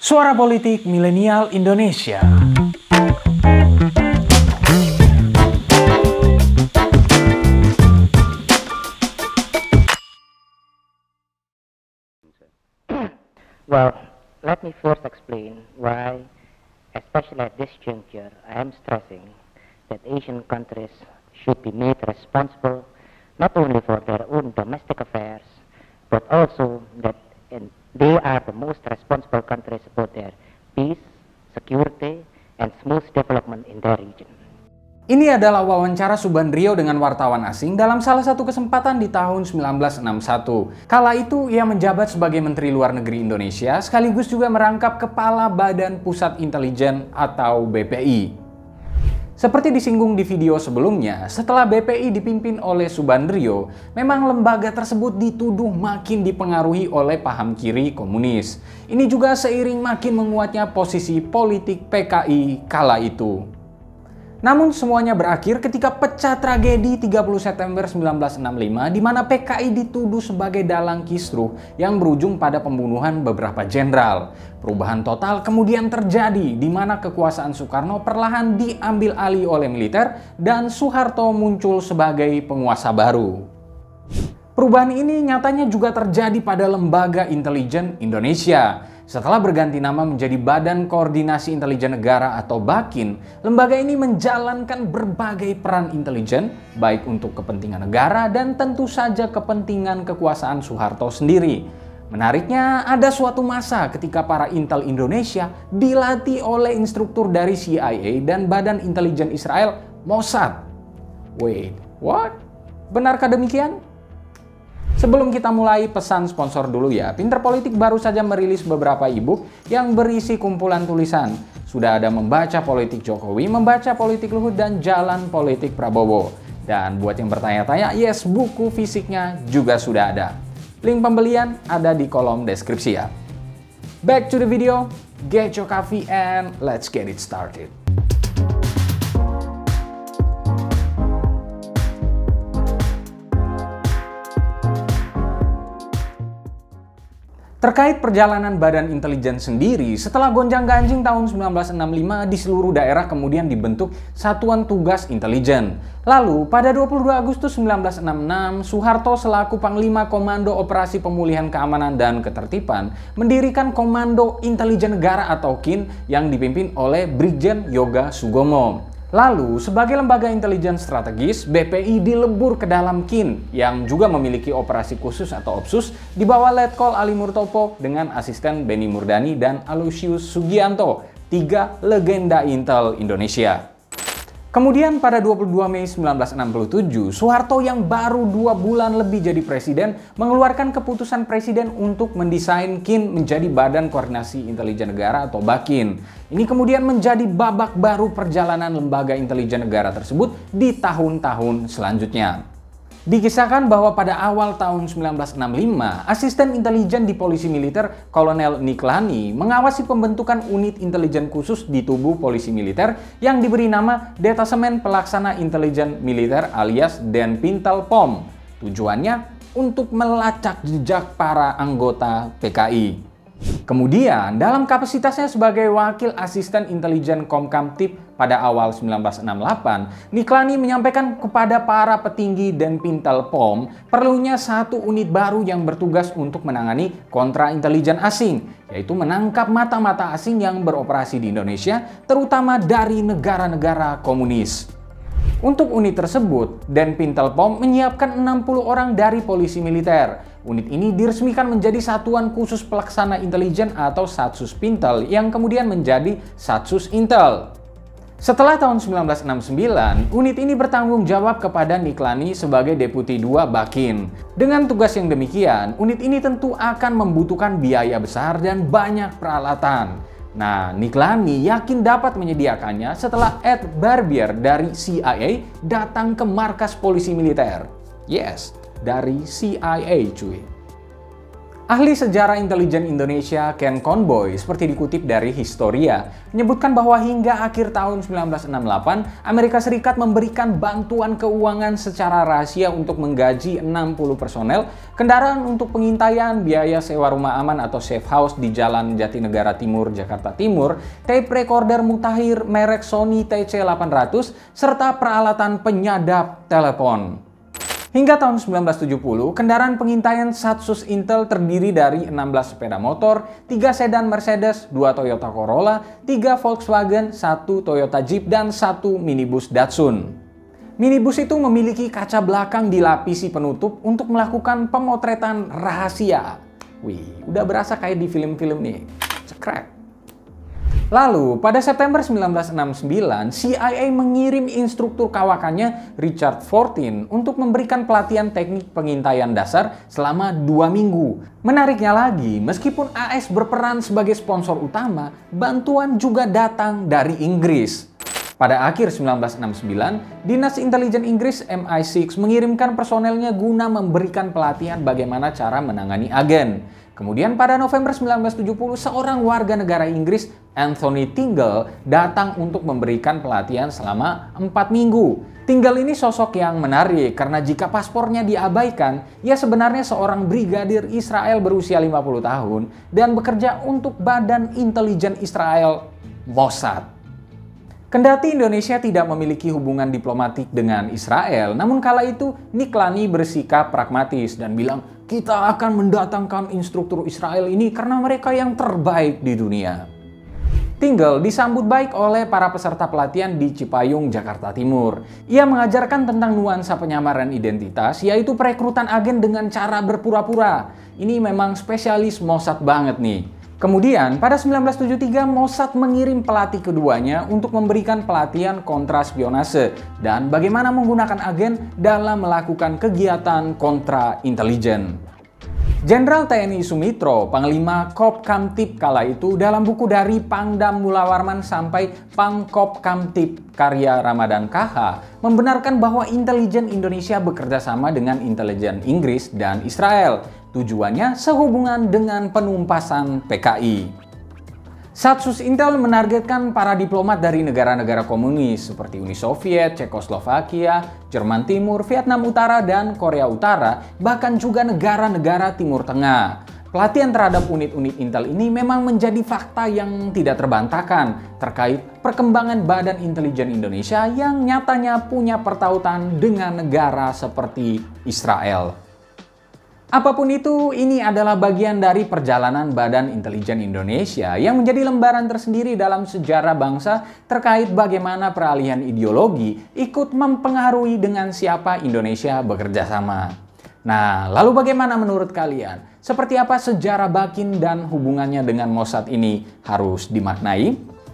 Suara Politik Milenial Indonesia. Well, let me first explain why, especially at this juncture, I am stressing that Asian countries should be made responsible not only for their own domestic affairs, but also that they are the most responsible countries for their peace, security, and smooth development in their region. Ini adalah wawancara Subandrio dengan wartawan asing dalam salah satu kesempatan di tahun 1961. Kala itu ia menjabat sebagai Menteri Luar Negeri Indonesia sekaligus juga merangkap Kepala Badan Pusat Intelijen atau BPI. Seperti disinggung di video sebelumnya, setelah BPI dipimpin oleh Subandrio, memang lembaga tersebut dituduh makin dipengaruhi oleh paham kiri komunis. Ini juga seiring makin menguatnya posisi politik PKI kala itu. Namun semuanya berakhir ketika pecah tragedi 30 September 1965 di mana PKI dituduh sebagai dalang kisruh yang berujung pada pembunuhan beberapa jenderal. Perubahan total kemudian terjadi di mana kekuasaan Soekarno perlahan diambil alih oleh militer dan Soeharto muncul sebagai penguasa baru. Perubahan ini nyatanya juga terjadi pada Lembaga Intelijen Indonesia. Setelah berganti nama menjadi Badan Koordinasi Intelijen Negara atau BAKIN, lembaga ini menjalankan berbagai peran intelijen, baik untuk kepentingan negara dan tentu saja kepentingan kekuasaan Soeharto sendiri. Menariknya, ada suatu masa ketika para intel Indonesia dilatih oleh instruktur dari CIA dan Badan Intelijen Israel, Mossad. Wait, what? Benarkah demikian? Sebelum kita mulai, pesan sponsor dulu ya. Pinter Politik baru saja merilis beberapa e-book yang berisi kumpulan tulisan. Sudah ada Membaca Politik Jokowi, Membaca Politik Luhut, dan Jalan Politik Prabowo. Dan buat yang bertanya-tanya, yes, buku fisiknya juga sudah ada. Link pembelian ada di kolom deskripsi ya. Back to the video, get your coffee and let's get it started. Terkait perjalanan Badan Intelijen sendiri, setelah gonjang-ganjing tahun 1965 di seluruh daerah kemudian dibentuk Satuan Tugas Intelijen. Lalu pada 22 Agustus 1966, Soeharto selaku Panglima Komando Operasi Pemulihan Keamanan dan Ketertiban mendirikan Komando Intelijen Negara atau KIN yang dipimpin oleh Brigjen Yoga Sugomo. Lalu, sebagai lembaga intelijen strategis, BPI dilebur ke dalam KIN yang juga memiliki operasi khusus atau OPSUS di bawah Letkol Ali Murtopo dengan asisten Benny Murdani dan Aloysius Sugianto, 3 legenda Intel Indonesia. Kemudian pada 22 Mei 1967, Soeharto yang baru 2 bulan lebih jadi presiden mengeluarkan keputusan presiden untuk mendesain KIN menjadi Badan Koordinasi Intelijen Negara atau BAKIN. Ini kemudian menjadi babak baru perjalanan lembaga intelijen negara tersebut di tahun-tahun selanjutnya. Dikisahkan bahwa pada awal tahun 1965, asisten intelijen di Polisi Militer Kolonel Niklani mengawasi pembentukan unit intelijen khusus di tubuh Polisi Militer yang diberi nama Detasemen Pelaksana Intelijen Militer alias Denpintel POM. Tujuannya untuk melacak jejak para anggota PKI. Kemudian, dalam kapasitasnya sebagai Wakil Asisten Intelijen Komkamtib pada awal 1968, Niklani menyampaikan kepada para petinggi Denpintel POM perlunya satu unit baru yang bertugas untuk menangani kontra-intelijen asing, yaitu menangkap mata-mata asing yang beroperasi di Indonesia, terutama dari negara-negara komunis. Untuk unit tersebut, Denpintel POM menyiapkan 60 orang dari polisi militer. Unit ini diresmikan menjadi Satuan Khusus Pelaksana Intelijen atau Satsus Pintel yang kemudian menjadi Satsus Intel. Setelah tahun 1969, unit ini bertanggung jawab kepada Niklani sebagai Deputi 2 BAKIN. Dengan tugas yang demikian, unit ini tentu akan membutuhkan biaya besar dan banyak peralatan. Nah, Niklani yakin dapat menyediakannya setelah Ed Barbier dari CIA datang ke markas polisi militer. Yes, dari CIA cuy. Ahli sejarah intelijen Indonesia Ken Conboy, seperti dikutip dari Historia, menyebutkan bahwa hingga akhir tahun 1968, Amerika Serikat memberikan bantuan keuangan secara rahasia untuk menggaji 60 personel, kendaraan untuk pengintaian, biaya sewa rumah aman atau safe house di Jalan Jatinegara Timur, Jakarta Timur, tape recorder mutakhir merek Sony TC800, serta peralatan penyadap telepon. Hingga tahun 1970, kendaraan pengintaian Satsus Intel terdiri dari 16 sepeda motor, 3 sedan Mercedes, 2 Toyota Corolla, 3 Volkswagen, 1 Toyota Jeep, dan 1 minibus Datsun. Minibus itu memiliki kaca belakang dilapisi penutup untuk melakukan pemotretan rahasia. Wih, udah berasa kayak di film-film nih. Cekrek. Lalu, pada September 1969, CIA mengirim instruktur kawakannya Richard Fortin untuk memberikan pelatihan teknik pengintaian dasar selama 2 minggu. Menariknya lagi, meskipun AS berperan sebagai sponsor utama, bantuan juga datang dari Inggris. Pada akhir 1969, Dinas Intelijen Inggris MI6 mengirimkan personelnya guna memberikan pelatihan bagaimana cara menangani agen. Kemudian pada November 1970, seorang warga negara Inggris, Anthony Tingle, datang untuk memberikan pelatihan selama 4 minggu. Tingle ini sosok yang menarik karena jika paspornya diabaikan, ia sebenarnya seorang brigadir Israel berusia 50 tahun dan bekerja untuk Badan Intelijen Israel, Mossad. Kendati Indonesia tidak memiliki hubungan diplomatik dengan Israel, namun kala itu Niklani bersikap pragmatis dan bilang, kita akan mendatangkan instruktur Israel ini karena mereka yang terbaik di dunia. Tingle disambut baik oleh para peserta pelatihan di Cipayung, Jakarta Timur. Ia mengajarkan tentang nuansa penyamaran identitas, yaitu perekrutan agen dengan cara berpura-pura. Ini memang spesialis Mossad banget nih. Kemudian, pada 1973, Mossad mengirim pelatih keduanya untuk memberikan pelatihan kontraspionase dan bagaimana menggunakan agen dalam melakukan kegiatan kontra-intelijen. Jenderal TNI Sumitro, Panglima Kop Kamtib kala itu, dalam buku dari Pangdam Mulawarman sampai Pangkop Kamtib karya Ramadan KH, membenarkan bahwa intelijen Indonesia bekerja sama dengan intelijen Inggris dan Israel. Tujuannya sehubungan dengan penumpasan PKI. Satsus Intel menargetkan para diplomat dari negara-negara komunis seperti Uni Soviet, Cekoslovakia, Jerman Timur, Vietnam Utara, dan Korea Utara, bahkan juga negara-negara Timur Tengah. Pelatihan terhadap unit-unit Intel ini memang menjadi fakta yang tidak terbantahkan terkait perkembangan Badan Intelijen Indonesia yang nyatanya punya pertautan dengan negara seperti Israel. Apapun itu, ini adalah bagian dari perjalanan Badan Intelijen Indonesia yang menjadi lembaran tersendiri dalam sejarah bangsa terkait bagaimana peralihan ideologi ikut mempengaruhi dengan siapa Indonesia bekerja sama. Nah, lalu bagaimana menurut kalian? Seperti apa sejarah Bakin dan hubungannya dengan Mossad ini harus dimaknai?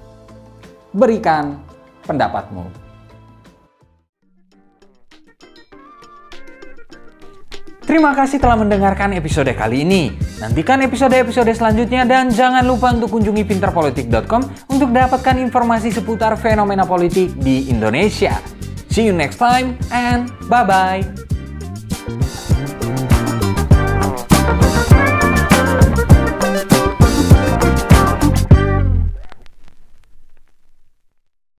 Berikan pendapatmu. Terima kasih telah mendengarkan episode kali ini. Nantikan episode-episode selanjutnya dan jangan lupa untuk kunjungi pinterpolitik.com untuk dapatkan informasi seputar fenomena politik di Indonesia. See you next time and bye-bye.